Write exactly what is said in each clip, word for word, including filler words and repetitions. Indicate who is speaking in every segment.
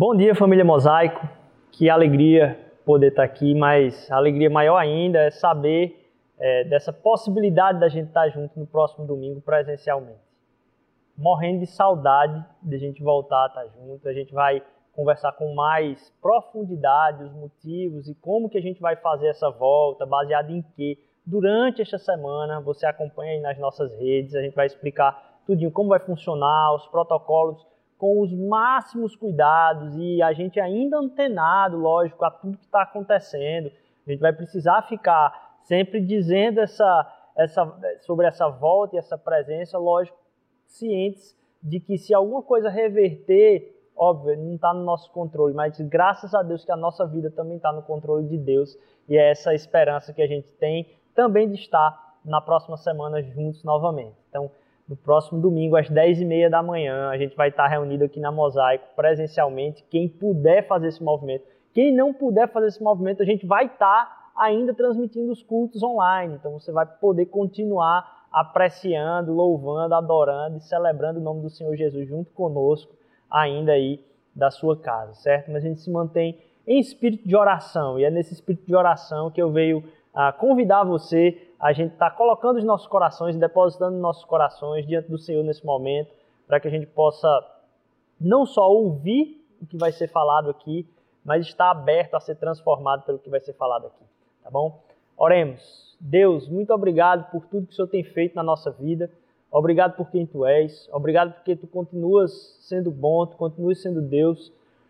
Speaker 1: Bom dia, família Mosaico. Que alegria poder estar aqui, mas a alegria maior ainda é saber é, dessa possibilidade da gente estar junto no próximo domingo presencialmente. Morrendo de saudade de a gente voltar a estar junto. A gente vai conversar com mais profundidade os motivos e como que a gente vai fazer essa volta, baseado em quê. Durante esta semana, você acompanha aí nas nossas redes, a gente vai explicar tudinho como vai funcionar, os protocolos com os máximos cuidados e a gente ainda antenado, lógico, a tudo que está acontecendo. A gente vai precisar ficar sempre dizendo essa, essa, sobre essa volta e essa presença, lógico, cientes de que se alguma coisa reverter, óbvio, não está no nosso controle, mas graças a Deus que a nossa vida também está no controle de Deus e é essa esperança que a gente tem também de estar na próxima semana juntos novamente. Então, no próximo domingo, às dez e meia da manhã, a gente vai estar reunido aqui na Mosaico, presencialmente. Quem puder fazer esse movimento. Quem não puder fazer esse movimento, a gente vai estar ainda transmitindo os cultos online. Então, você vai poder continuar apreciando, louvando, adorando e celebrando o nome do Senhor Jesus junto conosco, ainda aí da sua casa, certo? Mas a gente se mantém em espírito de oração. E é nesse espírito de oração que eu venho a convidar você. A gente está colocando os nossos corações, depositando os nossos corações diante do Senhor nesse momento, para que a gente possa não só ouvir o que vai ser falado aqui, mas estar aberto a ser transformado pelo que vai ser falado aqui, tá bom? Oremos. Deus, muito obrigado por tudo que o Senhor tem feito na nossa vida. Obrigado por quem Tu és. Obrigado porque Tu continuas sendo bom, Tu continuas sendo Deus.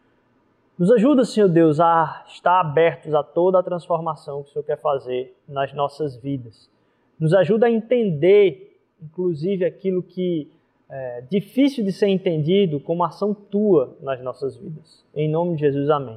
Speaker 1: Nos ajuda, Senhor Deus, a estar abertos a toda a transformação que o Senhor quer fazer nas nossas vidas. Nos ajuda a entender, inclusive, aquilo que é difícil de ser entendido como ação Tua nas nossas vidas. Em nome de Jesus, amém.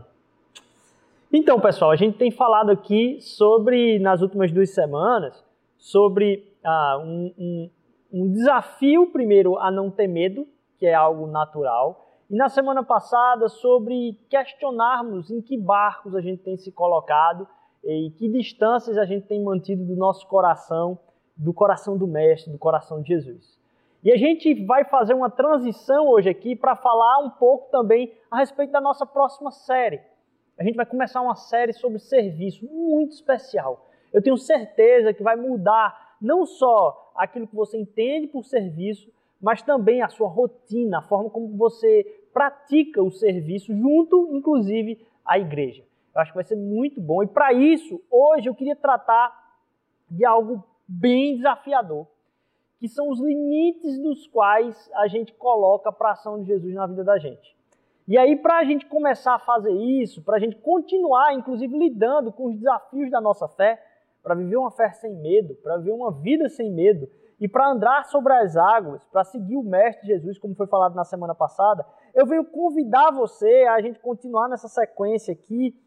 Speaker 1: Então, pessoal, a gente tem falado aqui sobre, nas últimas duas semanas, sobre ah, um, um, um desafio, primeiro, a não ter medo, que é algo natural. E na semana passada, sobre questionarmos em que barcos a gente tem se colocado e que distâncias a gente tem mantido do nosso coração, do coração do Mestre, do coração de Jesus. E a gente vai fazer uma transição hoje aqui para falar um pouco também a respeito da nossa próxima série. A gente vai começar uma série sobre serviço muito especial. Eu tenho certeza que vai mudar não só aquilo que você entende por serviço, mas também a sua rotina, a forma como você pratica o serviço junto, inclusive, à igreja. Eu acho que vai ser muito bom. E para isso, hoje eu queria tratar de algo bem desafiador, que são os limites dos quais a gente coloca para a ação de Jesus na vida da gente. E aí, para a gente começar a fazer isso, para a gente continuar, inclusive, lidando com os desafios da nossa fé, para viver uma fé sem medo, para viver uma vida sem medo, e para andar sobre as águas, para seguir o Mestre Jesus, como foi falado na semana passada, eu venho convidar você a gente continuar nessa sequência aqui,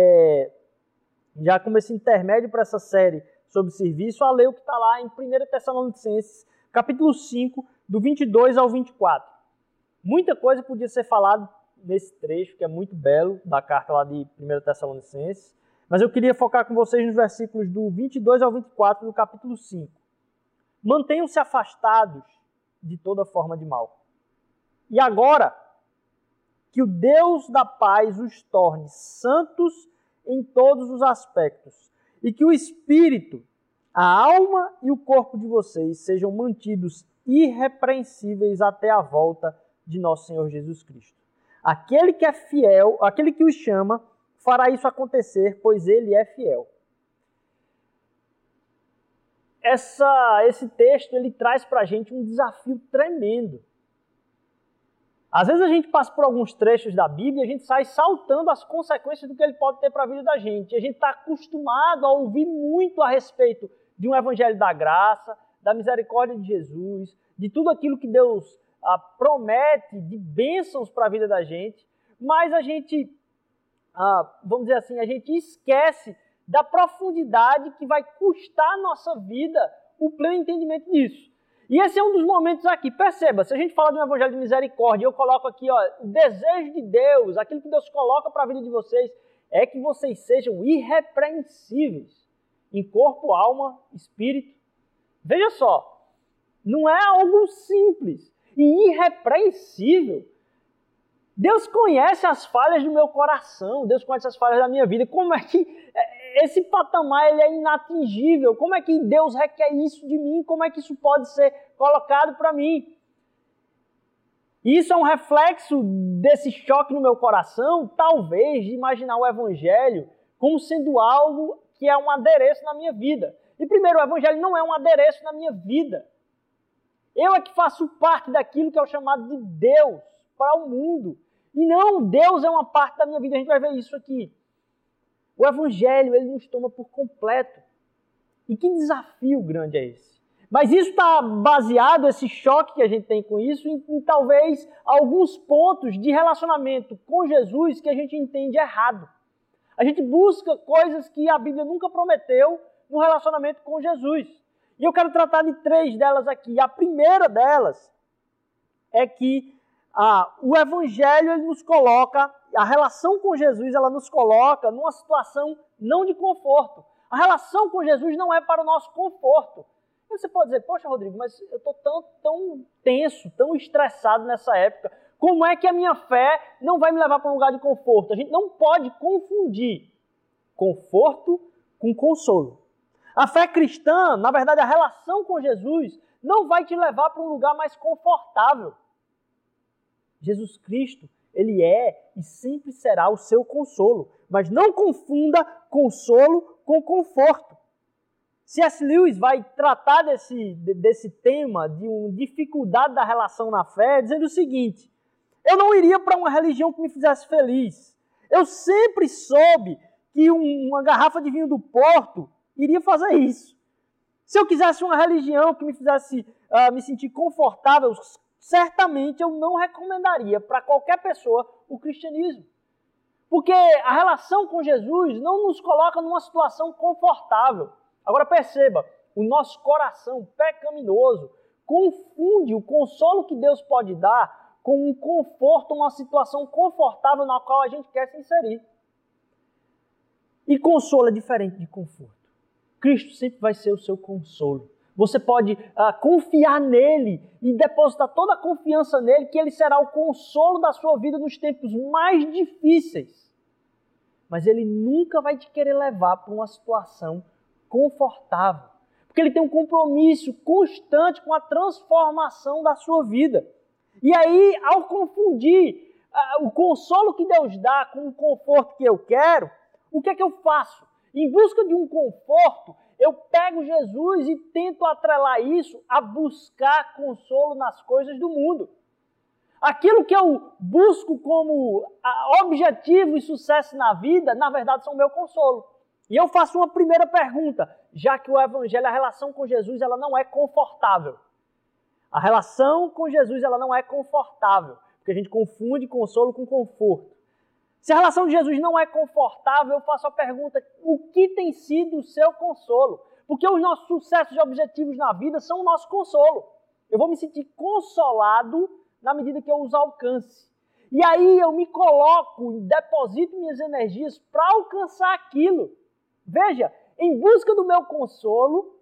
Speaker 1: é, já como esse intermédio para essa série sobre serviço, a ler o que está lá em primeira Tessalonicenses, capítulo cinco, do vinte e dois ao vinte e quatro. Muita coisa podia ser falada nesse trecho, que é muito belo, da carta lá de primeira Tessalonicenses, mas eu queria focar com vocês nos versículos do vinte e dois ao vinte e quatro do capítulo cinco. Mantenham-se afastados de toda forma de mal. E agora, que o Deus da paz os torne santos em todos os aspectos, e que o espírito, a alma e o corpo de vocês sejam mantidos irrepreensíveis até a volta de nosso Senhor Jesus Cristo. Aquele que é fiel, aquele que os chama, fará isso acontecer, pois ele é fiel. Essa, esse texto ele traz para a gente um desafio tremendo. Às vezes a gente passa por alguns trechos da Bíblia e a gente sai saltando as consequências do que ele pode ter para a vida da gente. E a gente está acostumado a ouvir muito a respeito de um evangelho da graça, da misericórdia de Jesus, de tudo aquilo que Deus ah, promete de bênçãos para a vida da gente, mas a gente, ah, vamos dizer assim, a gente esquece da profundidade que vai custar a nossa vida o pleno entendimento disso. E esse é um dos momentos aqui. Perceba, se a gente fala de um evangelho de misericórdia, eu coloco aqui, ó, o desejo de Deus, aquilo que Deus coloca para a vida de vocês, é que vocês sejam irrepreensíveis em corpo, alma, espírito. Veja só, não é algo simples. E irrepreensível Deus conhece as falhas do meu coração, Deus conhece as falhas da minha vida. Como é que esse patamar ele é inatingível? Como é que Deus requer isso de mim? Como é que isso pode ser colocado para mim? Isso é um reflexo desse choque no meu coração, talvez, de imaginar o Evangelho como sendo algo que é um adereço na minha vida. E primeiro, o Evangelho não é um adereço na minha vida. Eu é que faço parte daquilo que é o chamado de Deus para o mundo. E não, Deus é uma parte da minha vida. A gente vai ver isso aqui. O Evangelho, ele nos toma por completo. E que desafio grande é esse? Mas isso está baseado, esse choque que a gente tem com isso, em, em talvez alguns pontos de relacionamento com Jesus que a gente entende errado. A gente busca coisas que a Bíblia nunca prometeu no relacionamento com Jesus. E eu quero tratar de três delas aqui. A primeira delas é que ah, o Evangelho ele nos coloca, a relação com Jesus ela nos coloca numa situação não de conforto. A relação com Jesus não é para o nosso conforto. E você pode dizer, poxa Rodrigo, mas eu estou tão, tão tenso, tão estressado nessa época. Como é que a minha fé não vai me levar para um lugar de conforto? A gente não pode confundir conforto com consolo. A fé cristã, na verdade, a relação com Jesus não vai te levar para um lugar mais confortável. Jesus Cristo, ele é e sempre será o seu consolo. Mas não confunda consolo com conforto. C S Lewis vai tratar desse, desse tema, de uma dificuldade da relação na fé, dizendo o seguinte: eu não iria para uma religião que me fizesse feliz. Eu sempre soube que um, uma garrafa de vinho do Porto iria fazer isso. Se eu quisesse uma religião que me fizesse uh, me sentir confortável, certamente eu não recomendaria para qualquer pessoa o cristianismo. Porque a relação com Jesus não nos coloca numa situação confortável. Agora perceba, o nosso coração pecaminoso confunde o consolo que Deus pode dar com um conforto, uma situação confortável na qual a gente quer se inserir. E consolo é diferente de conforto. Cristo sempre vai ser o seu consolo. Você pode uh, confiar nele e depositar toda a confiança nele, que ele será o consolo da sua vida nos tempos mais difíceis. Mas ele nunca vai te querer levar para uma situação confortável, porque ele tem um compromisso constante com a transformação da sua vida. E aí, ao confundir uh, o consolo que Deus dá com o conforto que eu quero, o que é que eu faço? Em busca de um conforto, eu pego Jesus e tento atrelar isso a buscar consolo nas coisas do mundo. Aquilo que eu busco como objetivo e sucesso na vida, na verdade, são o meu consolo. E eu faço uma primeira pergunta, já que o Evangelho, a relação com Jesus, ela não é confortável. A relação com Jesus, ela não é confortável, porque a gente confunde consolo com conforto. Se a relação de Jesus não é confortável, eu faço a pergunta, o que tem sido o seu consolo? Porque os nossos sucessos e objetivos na vida são o nosso consolo. Eu vou me sentir consolado na medida que eu os alcance. E aí eu me coloco, deposito minhas energias para alcançar aquilo. Veja, em busca do meu consolo,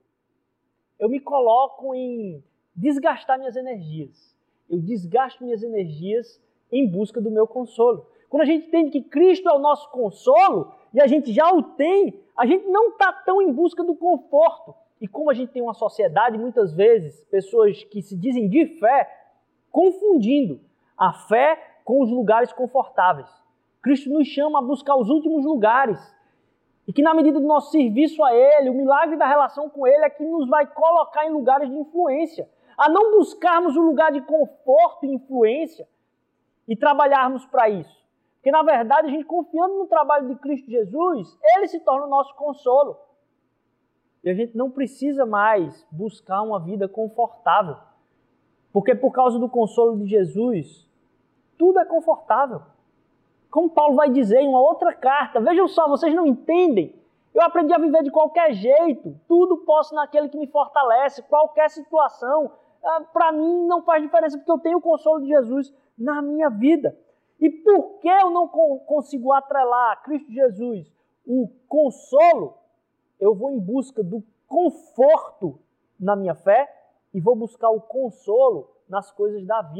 Speaker 1: eu me coloco em desgastar minhas energias. Eu desgasto minhas energias em busca do meu consolo. Quando a gente entende que Cristo é o nosso consolo, e a gente já o tem, a gente não está tão em busca do conforto. E como a gente tem uma sociedade, muitas vezes, pessoas que se dizem de fé, confundindo a fé com os lugares confortáveis. Cristo nos chama a buscar os últimos lugares. E que na medida do nosso serviço a Ele, o milagre da relação com Ele é que nos vai colocar em lugares de influência. A não buscarmos um lugar de conforto e influência e trabalharmos para isso. Porque na verdade, a gente confiando no trabalho de Cristo Jesus, Ele se torna o nosso consolo. E a gente não precisa mais buscar uma vida confortável. Porque por causa do consolo de Jesus, tudo é confortável. Como Paulo vai dizer em uma outra carta, vejam só, vocês não entendem. Eu aprendi a viver de qualquer jeito, tudo posso naquele que me fortalece, qualquer situação. Para mim não faz diferença, porque eu tenho o consolo de Jesus na minha vida. E por que eu não consigo atrelar a Cristo Jesus o consolo? Eu vou em busca do conforto na minha fé e vou buscar o consolo nas coisas da vida.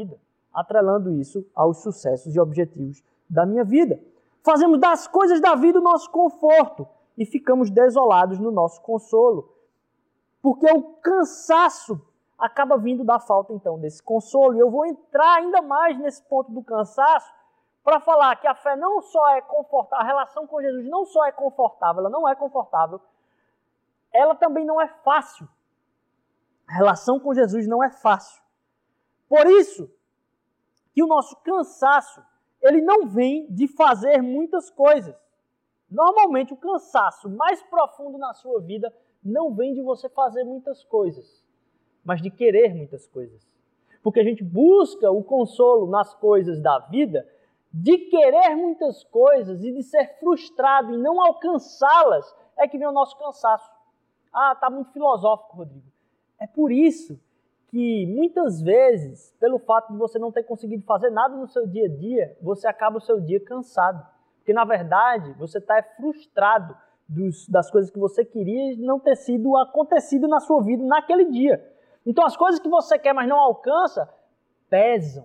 Speaker 1: atrelando isso aos sucessos e objetivos da minha vida. Fazemos das coisas da vida o nosso conforto e ficamos desolados no nosso consolo. Porque o cansaço acaba vindo da falta, então, desse consolo. E eu vou entrar ainda mais nesse ponto do cansaço para falar que a fé não só é confortável, a relação com Jesus não só é confortável, ela não é confortável, ela também não é fácil. A relação com Jesus não é fácil. Por isso que o nosso cansaço, ele não vem de fazer muitas coisas. Normalmente, o cansaço mais profundo na sua vida não vem de você fazer muitas coisas, mas de querer muitas coisas. Porque a gente busca o consolo nas coisas da vida de querer muitas coisas e de ser frustrado e não alcançá-las, é que vem o nosso cansaço. Ah, tá muito filosófico, Rodrigo. É por isso que muitas vezes, pelo fato de você não ter conseguido fazer nada no seu dia a dia, você acaba o seu dia cansado. Porque, na verdade, você está frustrado dos, das coisas que você queria não ter sido acontecido na sua vida naquele dia. Então, as coisas que você quer, mas não alcança, pesam.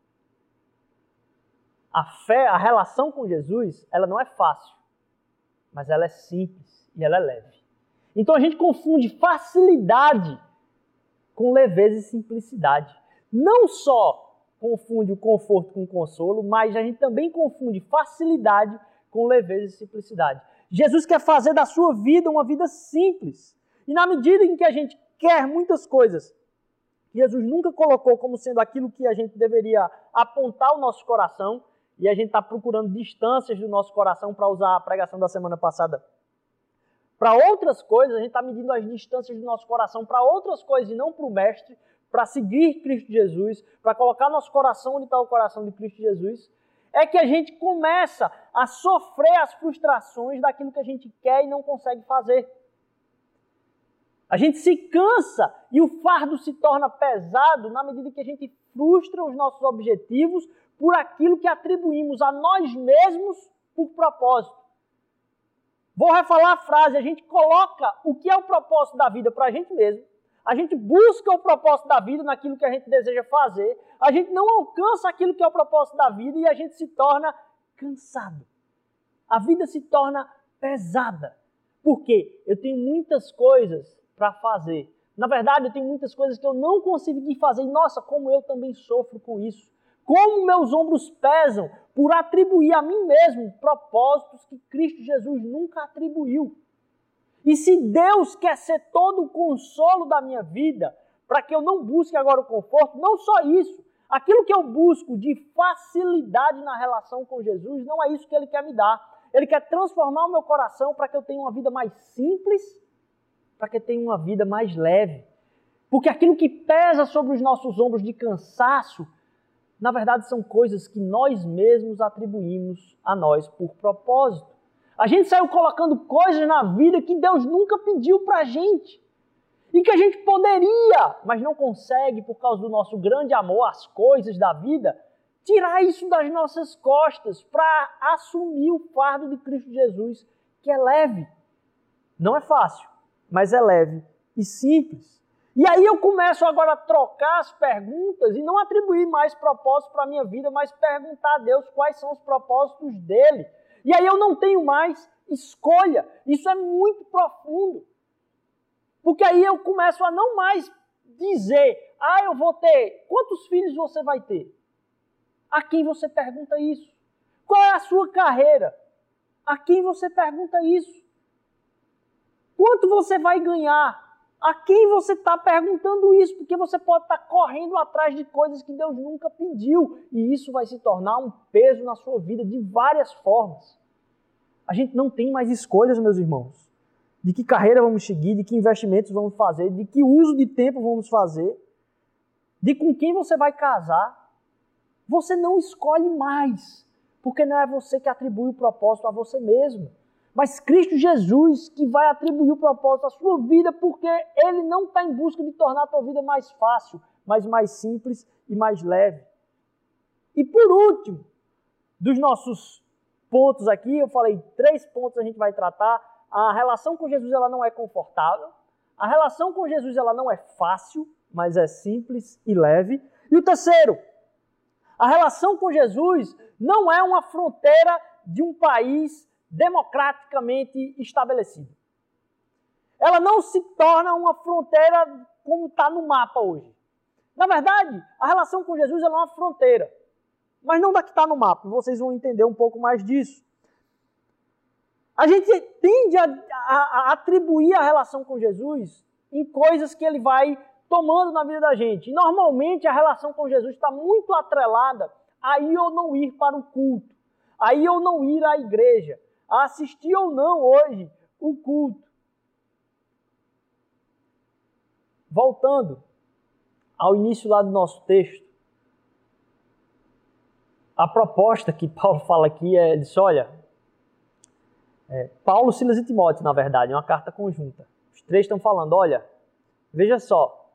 Speaker 1: A fé, a relação com Jesus, ela não é fácil, mas ela é simples e ela é leve. Então, a gente confunde facilidade com leveza e simplicidade. Não só confunde o conforto com o consolo, mas a gente também confunde facilidade com leveza e simplicidade. Jesus quer fazer da sua vida uma vida simples. E na medida em que a gente quer muitas coisas, Jesus nunca colocou como sendo aquilo que a gente deveria apontar o nosso coração, e a gente está procurando distâncias do nosso coração, para usar a pregação da semana passada, para outras coisas, a gente está medindo as distâncias do nosso coração para outras coisas e não para o Mestre, para seguir Cristo Jesus, para colocar nosso coração onde está o coração de Cristo Jesus, é que a gente começa a sofrer as frustrações daquilo que a gente quer e não consegue fazer. A gente se cansa e o fardo se torna pesado na medida que a gente frustra os nossos objetivos por aquilo que atribuímos a nós mesmos por propósito. Vou refalar a frase, a gente coloca o que é o propósito da vida para a gente mesmo, a gente busca o propósito da vida naquilo que a gente deseja fazer, a gente não alcança aquilo que é o propósito da vida e a gente se torna cansado. A vida se torna pesada. Por quê? Eu tenho muitas coisas para fazer. Na verdade, eu tenho muitas coisas que eu não consegui fazer e, nossa, como eu também sofro com isso. Como meus ombros pesam por atribuir a mim mesmo propósitos que Cristo Jesus nunca atribuiu. E se Deus quer ser todo o consolo da minha vida, para que eu não busque agora o conforto, não só isso, aquilo que eu busco de facilidade na relação com Jesus, não é isso que Ele quer me dar. Ele quer transformar o meu coração para que eu tenha uma vida mais simples, para que eu tenha uma vida mais leve. Porque aquilo que pesa sobre os nossos ombros de cansaço, na verdade, são coisas que nós mesmos atribuímos a nós por propósito. A gente saiu colocando coisas na vida que Deus nunca pediu para a gente. E que a gente poderia, mas não consegue, por causa do nosso grande amor às coisas da vida, tirar isso das nossas costas para assumir o fardo de Cristo Jesus, que é leve. Não é fácil, mas é leve e simples. E aí eu começo agora a trocar as perguntas e não atribuir mais propósitos para a minha vida, mas perguntar a Deus quais são os propósitos dele. E aí eu não tenho mais escolha. Isso é muito profundo. Porque aí eu começo a não mais dizer, ah, eu vou ter, quantos filhos você vai ter? A quem você pergunta isso? Qual é a sua carreira? A quem você pergunta isso? Quanto você vai ganhar? A quem você está perguntando isso? Porque você pode estar correndo atrás de coisas que Deus nunca pediu. E isso vai se tornar um peso na sua vida de várias formas. A gente não tem mais escolhas, meus irmãos. De que carreira vamos seguir, de que investimentos vamos fazer, de que uso de tempo vamos fazer, de com quem você vai casar. Você não escolhe mais, porque não é você que atribui o propósito a você mesmo. Mas Cristo Jesus que vai atribuir o propósito à sua vida, porque Ele não está em busca de tornar a tua vida mais fácil, mas mais simples e mais leve. E por último, dos nossos pontos aqui, eu falei três pontos a gente vai tratar. A relação com Jesus ela não é confortável, a relação com Jesus ela não é fácil, mas é simples e leve. E o terceiro, A relação com Jesus não é uma fronteira de um país democraticamente estabelecido. Ela não se torna uma fronteira como está no mapa hoje. Na verdade, a relação com Jesus ela é uma fronteira, mas não da que está no mapa. Vocês vão entender um pouco mais disso. A gente tende a, a, a atribuir a relação com Jesus em coisas que ele vai tomando na vida da gente. E normalmente a relação com Jesus está muito atrelada a ir ou não ir para o culto, a ir ou não ir à igreja, a assistir ou não hoje o culto. Voltando ao início lá do nosso texto, a proposta que Paulo fala aqui é, diz, olha, é, Paulo, Silas e Timóteo, na verdade, é uma carta conjunta. Os três estão falando, olha, veja só,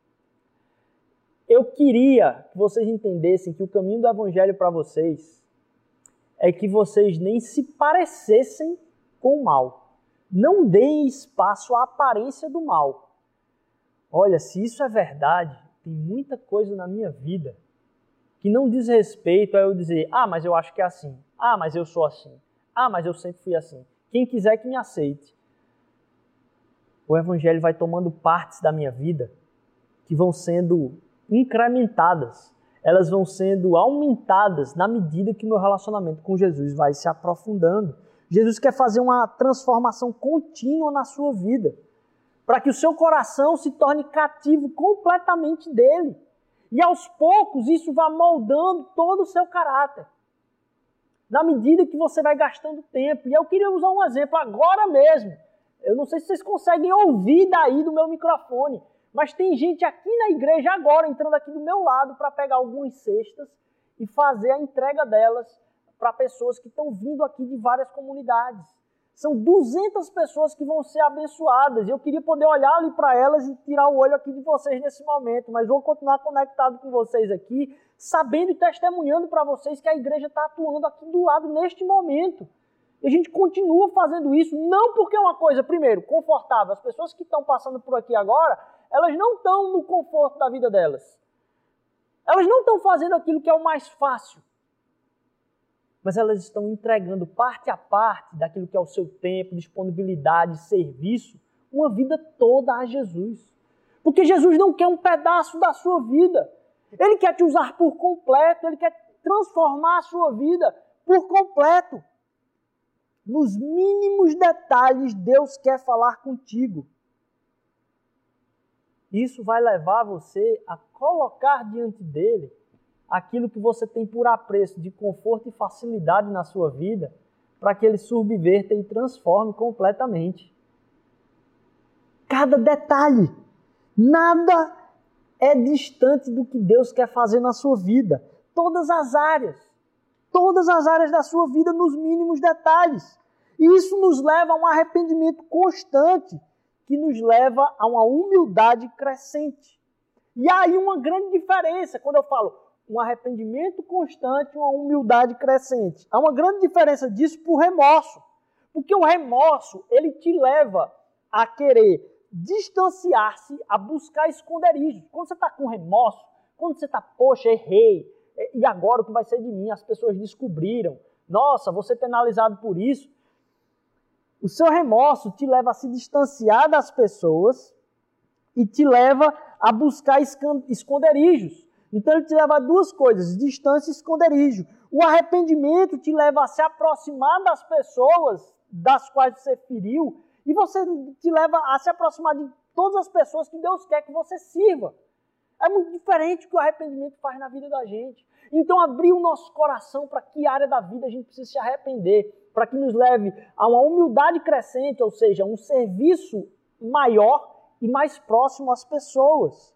Speaker 1: eu queria que vocês entendessem que o caminho do evangelho para vocês é que vocês nem se parecessem com o mal. Não deem espaço à aparência do mal. Olha, se isso é verdade, tem muita coisa na minha vida que não diz respeito a eu dizer, ah, mas eu acho que é assim, ah, mas eu sou assim, ah, mas eu sempre fui assim. Quem quiser que me aceite. O evangelho vai tomando partes da minha vida que vão sendo incrementadas, elas vão sendo aumentadas na medida que meu relacionamento com Jesus vai se aprofundando. Jesus quer fazer uma transformação contínua na sua vida, para que o seu coração se torne cativo completamente dele. E aos poucos isso vai moldando todo o seu caráter, na medida que você vai gastando tempo. E eu queria usar um exemplo agora mesmo. Eu não sei se vocês conseguem ouvir daí do meu microfone, mas tem gente aqui na igreja agora, entrando aqui do meu lado, para pegar algumas cestas e fazer a entrega delas para pessoas que estão vindo aqui de várias comunidades. São duzentas pessoas que vão ser abençoadas. E eu queria poder olhar ali para elas e tirar o olho aqui de vocês nesse momento, mas vou continuar conectado com vocês aqui, sabendo e testemunhando para vocês que a igreja está atuando aqui do lado neste momento. E a gente continua fazendo isso, não porque é uma coisa, primeiro, confortável. As pessoas que estão passando por aqui agora, elas não estão no conforto da vida delas. Elas não estão fazendo aquilo que é o mais fácil. Mas elas estão entregando parte a parte daquilo que é o seu tempo, disponibilidade, serviço, uma vida toda a Jesus. Porque Jesus não quer um pedaço da sua vida. Ele quer te usar por completo, Ele quer transformar a sua vida por completo. Nos mínimos detalhes, Deus quer falar contigo. Isso vai levar você a colocar diante dEle aquilo que você tem por apreço de conforto e facilidade na sua vida, para que Ele subverta e transforme completamente. Cada detalhe, nada é distante do que Deus quer fazer na sua vida. Todas as áreas, todas as áreas da sua vida nos mínimos detalhes. E isso nos leva a um arrependimento constante, que nos leva a uma humildade crescente. E aí uma grande diferença, quando eu falo um arrependimento constante, uma humildade crescente. Há uma grande diferença disso para o remorso. Porque o remorso, ele te leva a querer distanciar-se, a buscar esconderijos. Quando você está com remorso, quando você está, poxa, errei, e agora o que vai ser de mim? As pessoas descobriram. Nossa, vou ser penalizado por isso. O seu remorso te leva a se distanciar das pessoas e te leva a buscar esconderijos. Então ele te leva a duas coisas, distância e esconderijo. O arrependimento te leva a se aproximar das pessoas das quais você feriu e você te leva a se aproximar de todas as pessoas que Deus quer que você sirva. É muito diferente do que o arrependimento faz na vida da gente. Então abrir o nosso coração para que área da vida a gente precisa se arrepender, para que nos leve a uma humildade crescente, ou seja, um serviço maior e mais próximo às pessoas.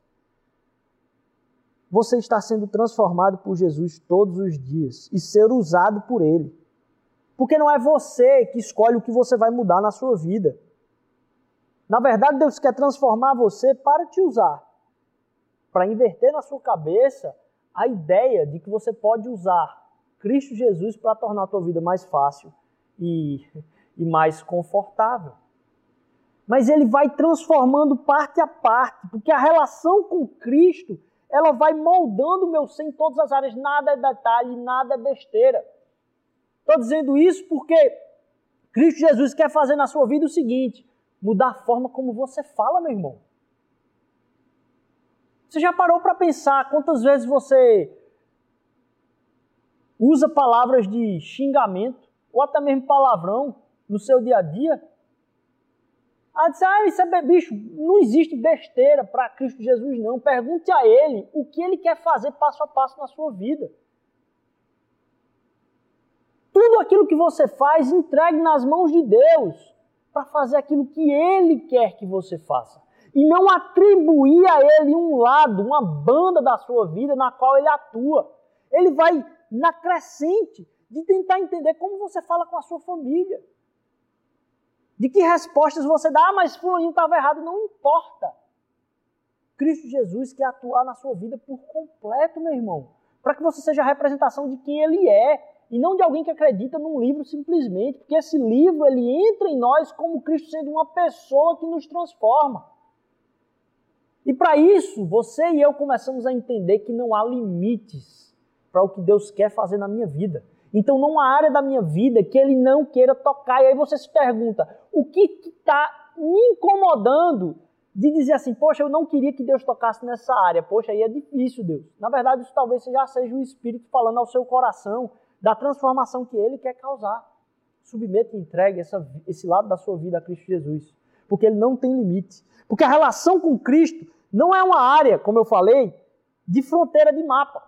Speaker 1: Você está sendo transformado por Jesus todos os dias e ser usado por Ele. Porque não é você que escolhe o que você vai mudar na sua vida. Na verdade, Deus quer transformar você para te usar. Para inverter na sua cabeça a ideia de que você pode usar Cristo Jesus para tornar a tua vida mais fácil e, e mais confortável. Mas Ele vai transformando parte a parte, porque a relação com Cristo ela vai moldando o meu ser em todas as áreas. Nada é detalhe, nada é besteira. Estou dizendo isso porque Cristo Jesus quer fazer na sua vida o seguinte: mudar a forma como você fala, meu irmão. Você já parou para pensar quantas vezes você usa palavras de xingamento ou até mesmo palavrão no seu dia a dia? Ah, disse, ah, isso é bicho, não existe besteira para Cristo Jesus, não. Pergunte a Ele o que Ele quer fazer passo a passo na sua vida. Tudo aquilo que você faz, entregue nas mãos de Deus para fazer aquilo que Ele quer que você faça. E não atribuir a Ele um lado, uma banda da sua vida na qual Ele atua. Ele vai na crescente de tentar entender como você fala com a sua família. De que respostas você dá, ah, mas fulaninho estava errado, não importa. Cristo Jesus quer atuar na sua vida por completo, meu irmão. Para que você seja a representação de quem Ele é. E não de alguém que acredita num livro simplesmente. Porque esse livro, ele entra em nós como Cristo sendo uma pessoa que nos transforma. E para isso, você e eu começamos a entender que não há limites para o que Deus quer fazer na minha vida. Então não há área da minha vida que Ele não queira tocar. E aí você se pergunta, o que está me incomodando de dizer assim, poxa, eu não queria que Deus tocasse nessa área. Poxa, aí é difícil, Deus. Na verdade, isso talvez já seja o Espírito falando ao seu coração da transformação que Ele quer causar. Submeta e entregue essa, esse lado da sua vida a Cristo Jesus. Porque Ele não tem limite. Porque a relação com Cristo não é uma área, como eu falei, de fronteira de mapa.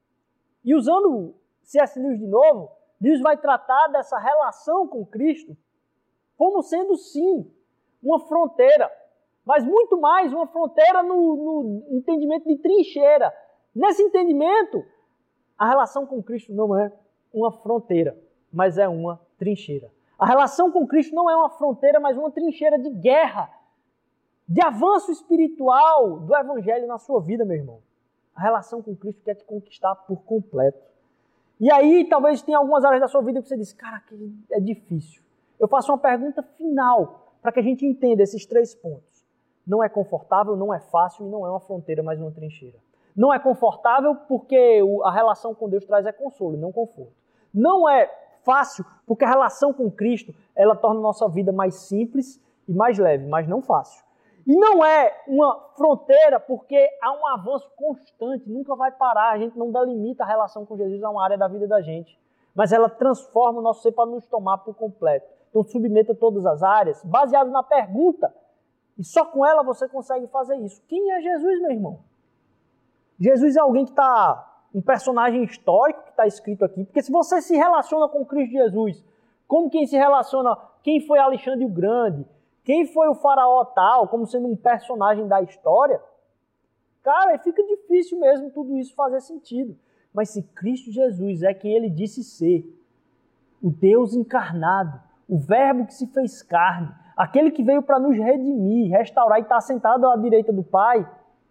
Speaker 1: E usando C S Lewis de novo, Lewis vai tratar dessa relação com Cristo como sendo, sim, uma fronteira, mas muito mais uma fronteira no, no entendimento de trincheira. Nesse entendimento, a relação com Cristo não é uma fronteira, mas é uma trincheira. A relação com Cristo não é uma fronteira, mas uma trincheira de guerra, de avanço espiritual do Evangelho na sua vida, meu irmão. A relação com Cristo quer te conquistar por completo. E aí, talvez tenha algumas áreas da sua vida que você diz, cara, que é difícil. Eu faço uma pergunta final para que a gente entenda esses três pontos. Não é confortável, não é fácil e não é uma fronteira, mas uma trincheira. Não é confortável porque a relação com Deus traz é consolo, não conforto. Não é fácil porque a relação com Cristo, ela torna a nossa vida mais simples e mais leve, mas não fácil. E não é uma fronteira porque há um avanço constante, nunca vai parar, a gente não delimita a relação com Jesus a uma área da vida da gente, mas ela transforma o nosso ser para nos tomar por completo. Então submeta todas as áreas, baseado na pergunta, e só com ela você consegue fazer isso. Quem é Jesus, meu irmão? Jesus é alguém que está, um personagem histórico que está escrito aqui, porque se você se relaciona com Cristo Jesus, como quem se relaciona, quem foi Alexandre o Grande, quem foi o faraó tal, como sendo um personagem da história, cara, fica difícil mesmo tudo isso fazer sentido. Mas se Cristo Jesus é quem Ele disse ser, o Deus encarnado, o Verbo que se fez carne, aquele que veio para nos redimir, restaurar e está sentado à direita do Pai,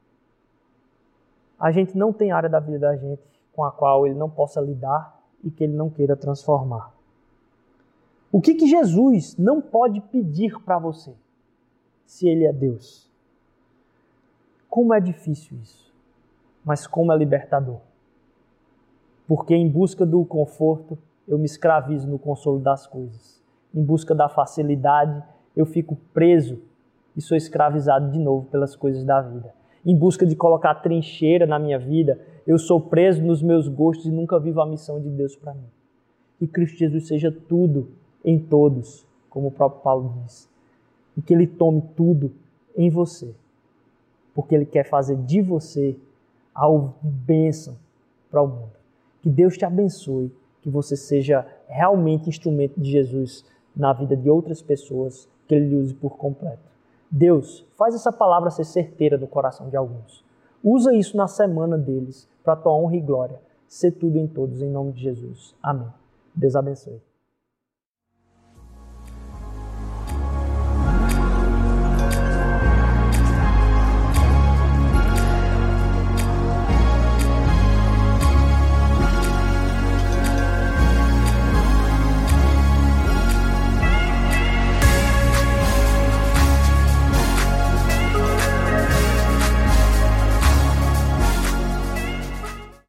Speaker 1: a gente não tem área da vida da gente com a qual Ele não possa lidar e que Ele não queira transformar. O que, que Jesus não pode pedir para você, se Ele é Deus? Como é difícil isso, mas como é libertador. Porque em busca do conforto, eu me escravizo no consolo das coisas. Em busca da facilidade, eu fico preso e sou escravizado de novo pelas coisas da vida. Em busca de colocar trincheira na minha vida, eu sou preso nos meus gostos e nunca vivo a missão de Deus para mim. Que Cristo Jesus seja tudo em todos, como o próprio Paulo diz. E que Ele tome tudo em você. Porque Ele quer fazer de você algo de bênção para o mundo. Que Deus te abençoe, que você seja realmente instrumento de Jesus na vida de outras pessoas, que Ele lhe use por completo. Deus, faz essa palavra ser certeira no coração de alguns. Usa isso na semana deles, para a tua honra e glória. Ser tudo em todos, em nome de Jesus. Amém. Deus abençoe.